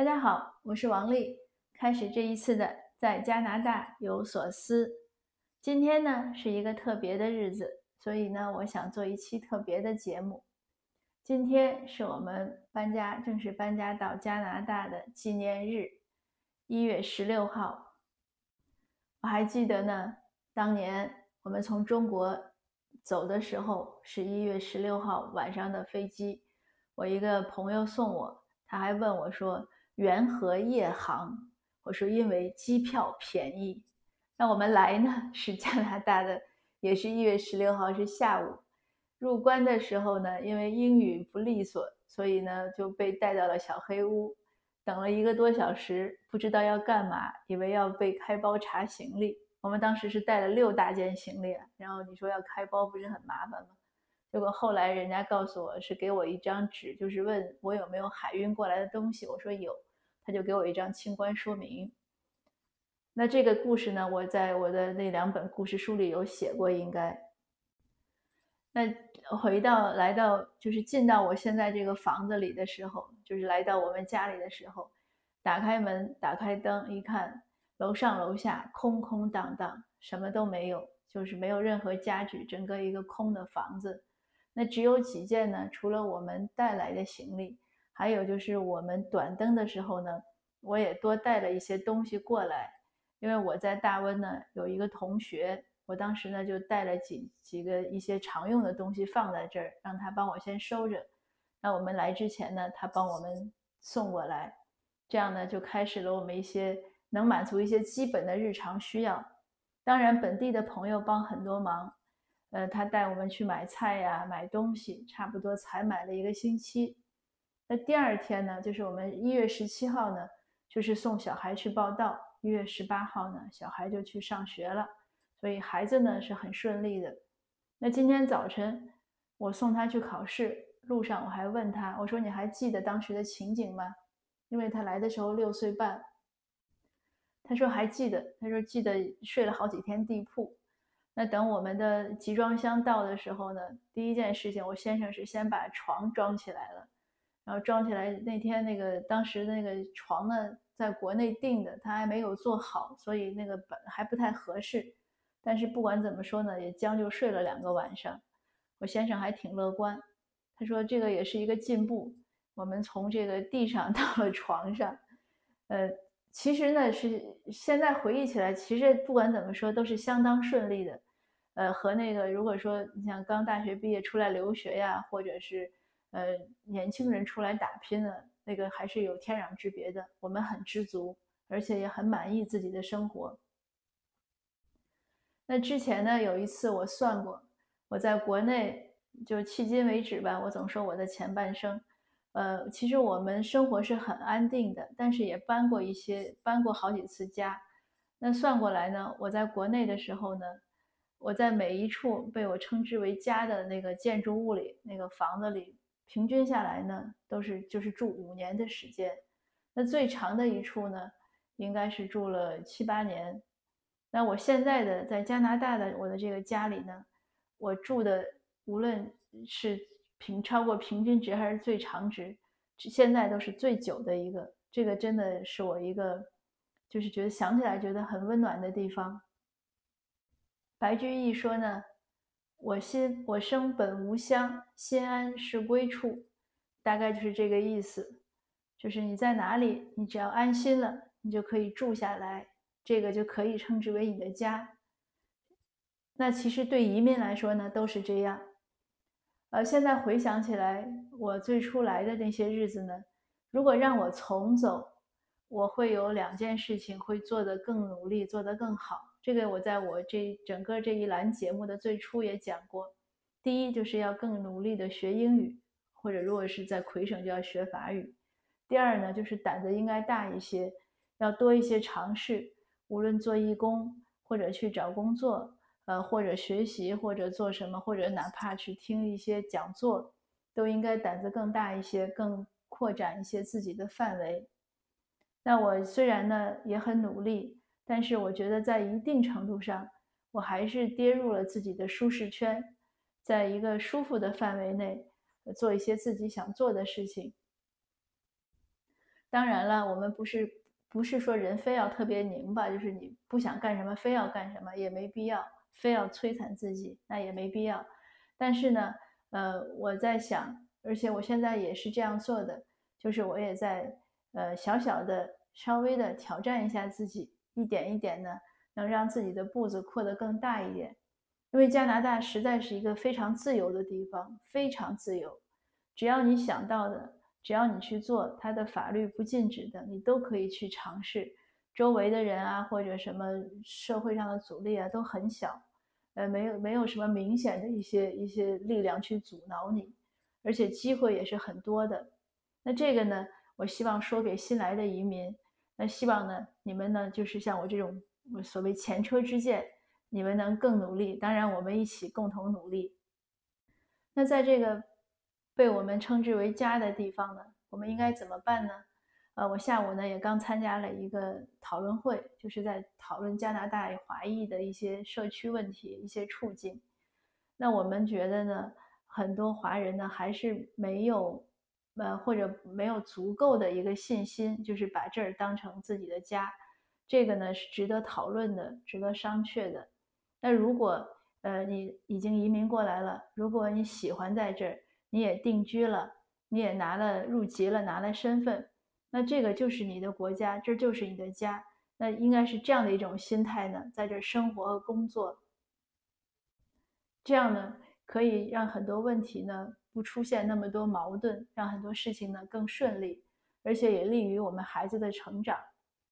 大家好，我是王丽，开始这一次的在加拿大有所思。今天呢是一个特别的日子，所以呢我想做一期特别的节目。今天是我们正式搬家到加拿大的纪念日，1月16号。我还记得呢，当年我们从中国走的时候是1月16号晚上的飞机，我一个朋友送我，他还问我说缘何夜航？我说因为机票便宜。那我们来呢是加拿大的，也是1月16号是下午。入关的时候呢，因为英语不利索，所以呢就被带到了小黑屋，等了1个多小时，不知道要干嘛，以为要被开包查行李。我们当时是带了6大件行李，然后你说要开包不是很麻烦吗？结果后来人家告诉我是给我一张纸，就是问我有没有海运过来的东西，我说有，他就给我一张清关说明。那这个故事呢，我在我的那2本故事书里有写过应该。那来到就是进到我现在这个房子里的时候，就是来到我们家里的时候，打开门打开灯一看，楼上楼下空空荡荡，什么都没有，就是没有任何家具，整个一个空的房子。那只有几件呢，除了我们带来的行李，还有就是我们短灯的时候呢，我也多带了一些东西过来。因为我在大温呢有一个同学，我当时呢就带了几个一些常用的东西放在这儿，让他帮我先收着。那我们来之前呢，他帮我们送过来，这样呢就开始了我们能满足一些基本的日常需要。当然本地的朋友帮很多忙，他带我们去买菜呀、买东西，差不多才买了1个星期。那第2天呢，就是我们1月17号呢，就是送小孩去报到，1月18号呢，小孩就去上学了，所以孩子呢是很顺利的。那今天早晨我送他去考试，路上我还问他，我说你还记得当时的情景吗？因为他来的时候6岁半。他说还记得，他说记得睡了好几天地铺。那等我们的集装箱到的时候呢，第一件事情我先生是先把床装起来了，然后装起来那天当时那个床呢在国内订的，他还没有做好，所以那个还不太合适。但是不管怎么说呢，也将就睡了2个晚上。我先生还挺乐观，他说这个也是一个进步，我们从这个地上到了床上。其实呢是现在回忆起来，其实不管怎么说都是相当顺利的。和那个如果说你像刚大学毕业出来留学呀，或者是年轻人出来打拼的那个还是有天壤之别的。我们很知足，而且也很满意自己的生活。那之前呢有一次我算过，我在国内就迄今为止吧，我总说我的前半生其实我们生活是很安定的，但是也搬过好几次家。那算过来呢，我在国内的时候呢，我在每一处被我称之为家的那个建筑物里，那个房子里，平均下来呢就是住5年的时间。那最长的一处呢，应该是住了7、8年。那我现在在加拿大的我的这个家里呢，我住的无论是超过平均值还是最长值，现在都是最久的一个。这个真的是我一个就是想起来觉得很温暖的地方。白居易说呢，我生本无乡，心安是归处，大概就是这个意思。就是你在哪里，你只要安心了，你就可以住下来，这个就可以称之为你的家。那其实对移民来说呢，都是这样。现在回想起来，我最初来的那些日子呢，如果让我重走，我会有2件事情会做得更努力，做得更好。这个我在我整个这一栏节目的最初也讲过。第一就是要更努力的学英语，或者如果是在魁省就要学法语。第二呢，就是胆子应该大一些，要多一些尝试，无论做义工或者去找工作。或者学习，或者做什么，或者哪怕去听一些讲座，都应该胆子更大一些，更扩展一些自己的范围。那我虽然呢也很努力，但是我觉得在一定程度上，我还是跌入了自己的舒适圈，在一个舒服的范围内做一些自己想做的事情。 当然了，我们不是说人非要特别拧巴，就是你不想干什么非要干什么也没必要，非要摧残自己那也没必要。但是呢，我在想，而且我现在也是这样做的，就是我也在小小的、稍微的挑战一下自己，一点一点的能让自己的步子扩得更大一点。因为加拿大实在是一个非常自由的地方，非常自由，只要你想到的，只要你去做，它的法律不禁止的，你都可以去尝试。周围的人啊，或者什么社会上的阻力啊，都很小，没有什么明显的一些力量去阻挠你，而且机会也是很多的。那这个呢，我希望说给新来的移民，那希望呢，你们呢，就是像我这种所谓前车之鉴，你们能更努力。当然，我们一起共同努力。那在这个被我们称之为家的地方呢，我们应该怎么办呢？我下午呢也刚参加了一个讨论会，就是在讨论加拿大华裔的一些社区问题、一些处境。那我们觉得呢，很多华人呢还是没有，或者没有足够的一个信心，就是把这儿当成自己的家。这个呢是值得讨论的，值得商榷的。那如果你已经移民过来了，如果你喜欢在这儿，你也定居了，你也拿了入籍了，拿了身份，那这个就是你的国家，这就是你的家。那应该是这样的一种心态呢，在这儿生活和工作，这样呢可以让很多问题呢不出现那么多矛盾，让很多事情呢更顺利，而且也利于我们孩子的成长。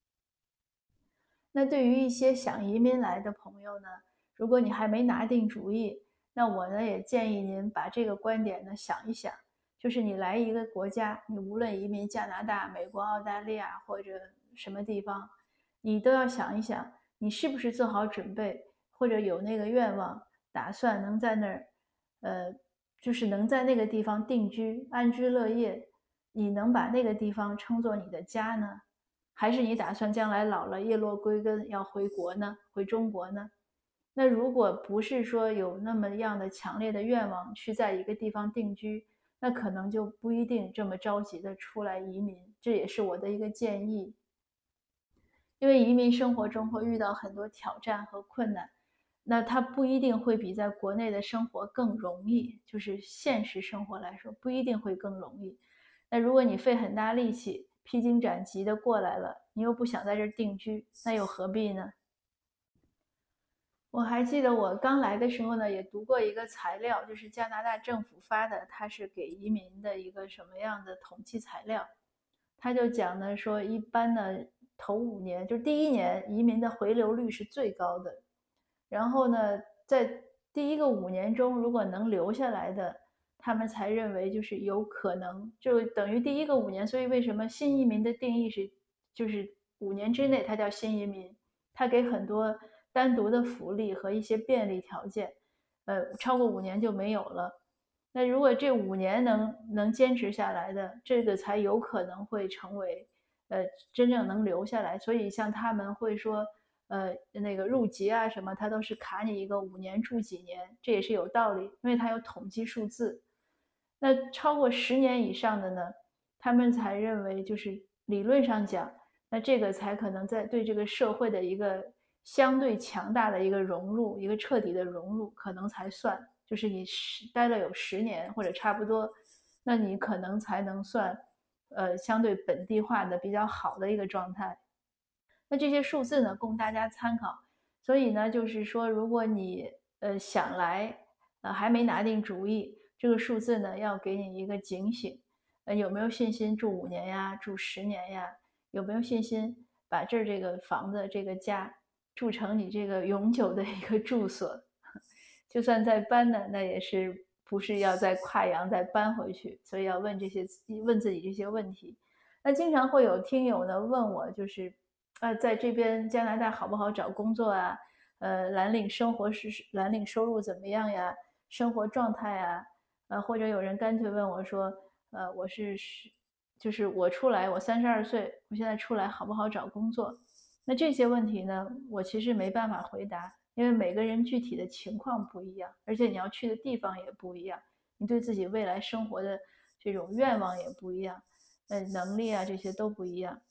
那对于一些想移民来的朋友呢，如果你还没拿定主意，那我呢也建议您把这个观点呢想一想，就是你来一个国家，你无论移民加拿大、美国、澳大利亚或者什么地方，你都要想一想，你是不是做好准备，或者有那个愿望，打算能在那儿，就是能在那个地方定居、安居乐业，你能把那个地方称作你的家呢？还是你打算将来老了叶落归根要回国呢？回中国呢？那如果不是说有那么样的强烈的愿望去在一个地方定居，那可能就不一定这么着急的出来移民。这也是我的一个建议。因为移民生活中会遇到很多挑战和困难，那它不一定会比在国内的生活更容易，就是现实生活来说不一定会更容易。那如果你费很大力气披荆斩棘的过来了，你又不想在这儿定居，那又何必呢？我还记得我刚来的时候呢，也读过一个材料，就是加拿大政府发的，它是给移民的一个什么样的统计材料。他就讲呢说，一般呢头5年，就是第一年移民的回流率是最高的，然后呢在第一个5年中，如果能留下来的，他们才认为就是有可能，就等于第一个5年。所以为什么新移民的定义是，就是5年之内它叫新移民，它给很多单独的福利和一些便利条件，超过5年就没有了。那如果这5年能坚持下来的，这个才有可能会成为，真正能留下来。所以像他们会说，那个入籍啊什么，他都是卡你一个5年住几年，这也是有道理，因为它有统计数字。那超过10年以上的呢，他们才认为就是理论上讲，那这个才可能在对这个社会的一个相对强大的一个融入，一个彻底的融入，可能才算。就是你待了有10年或者差不多，那你可能才能算，相对本地化的比较好的一个状态。那这些数字呢，供大家参考。所以呢，就是说，如果你想来，还没拿定主意，这个数字呢要给你一个警醒。有没有信心住5年呀，住10年呀？有没有信心把这个房子、这个家住成你这个永久的一个住所？就算再搬呢，那也是不是要再跨洋再搬回去？所以要问自己这些问题。那经常会有听友呢问我，就是在这边加拿大好不好找工作啊？蓝领蓝领收入怎么样呀？生活状态啊？或者有人干脆问我说，就是我出来，我32岁，我现在出来好不好找工作？那这些问题呢，我其实没办法回答，因为每个人具体的情况不一样，而且你要去的地方也不一样，你对自己未来生活的这种愿望也不一样。 能力啊这些都不一样。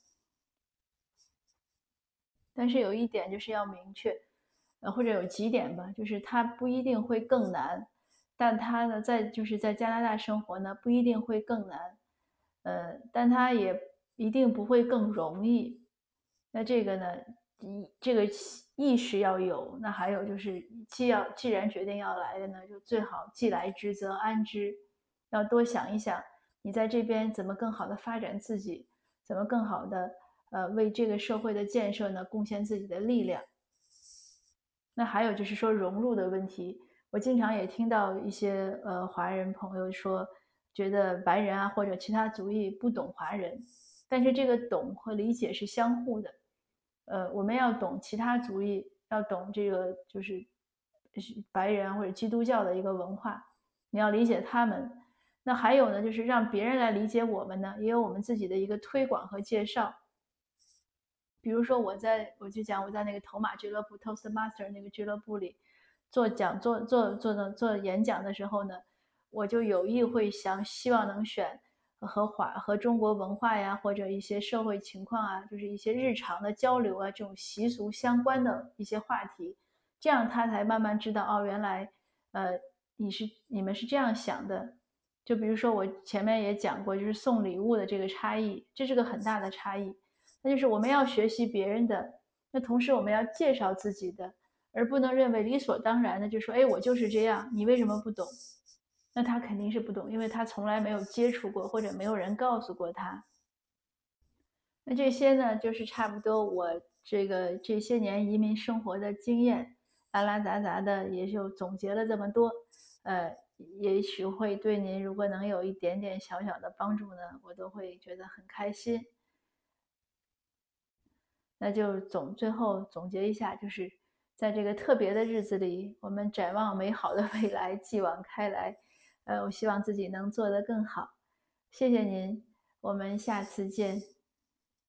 但是有一点就是要明确，或者有几点吧，就是它不一定会更难，但它呢，在加拿大生活呢，不一定会更难，但它也一定不会更容易。那这个呢，这个意识要有，那还有就是既然决定要来的呢，就最好既来之则安之，要多想一想，你在这边怎么更好的发展自己，怎么更好的为这个社会的建设呢贡献自己的力量。那还有就是说融入的问题，我经常也听到一些华人朋友说，觉得白人啊或者其他族裔不懂华人，但是这个懂和理解是相互的。我们要懂其他族裔，要懂这个就是白人啊或者基督教的一个文化，你要理解他们。那还有呢，就是让别人来理解我们呢，也有我们自己的一个推广和介绍。比如说我在那个头马俱乐部 Toastmaster 那个俱乐部里做演讲的时候呢，我就有意会希望能选和中国文化呀或者一些社会情况啊，就是一些日常的交流啊这种习俗相关的一些话题，这样他才慢慢知道哦，原来你们是这样想的。就比如说我前面也讲过，就是送礼物的这个差异，这是个很大的差异。那就是我们要学习别人的，那同时我们要介绍自己的，而不能认为理所当然的就说，哎，我就是这样，你为什么不懂？那他肯定是不懂，因为他从来没有接触过，或者没有人告诉过他。那这些呢，就是差不多我这些年移民生活的经验，拉拉杂杂的也就总结了这么多，也许会对您如果能有一点点小小的帮助呢，我都会觉得很开心。那就最后总结一下，就是在这个特别的日子里，我们展望美好的未来，继往开来。我希望自己能做得更好。谢谢您，我们下次见。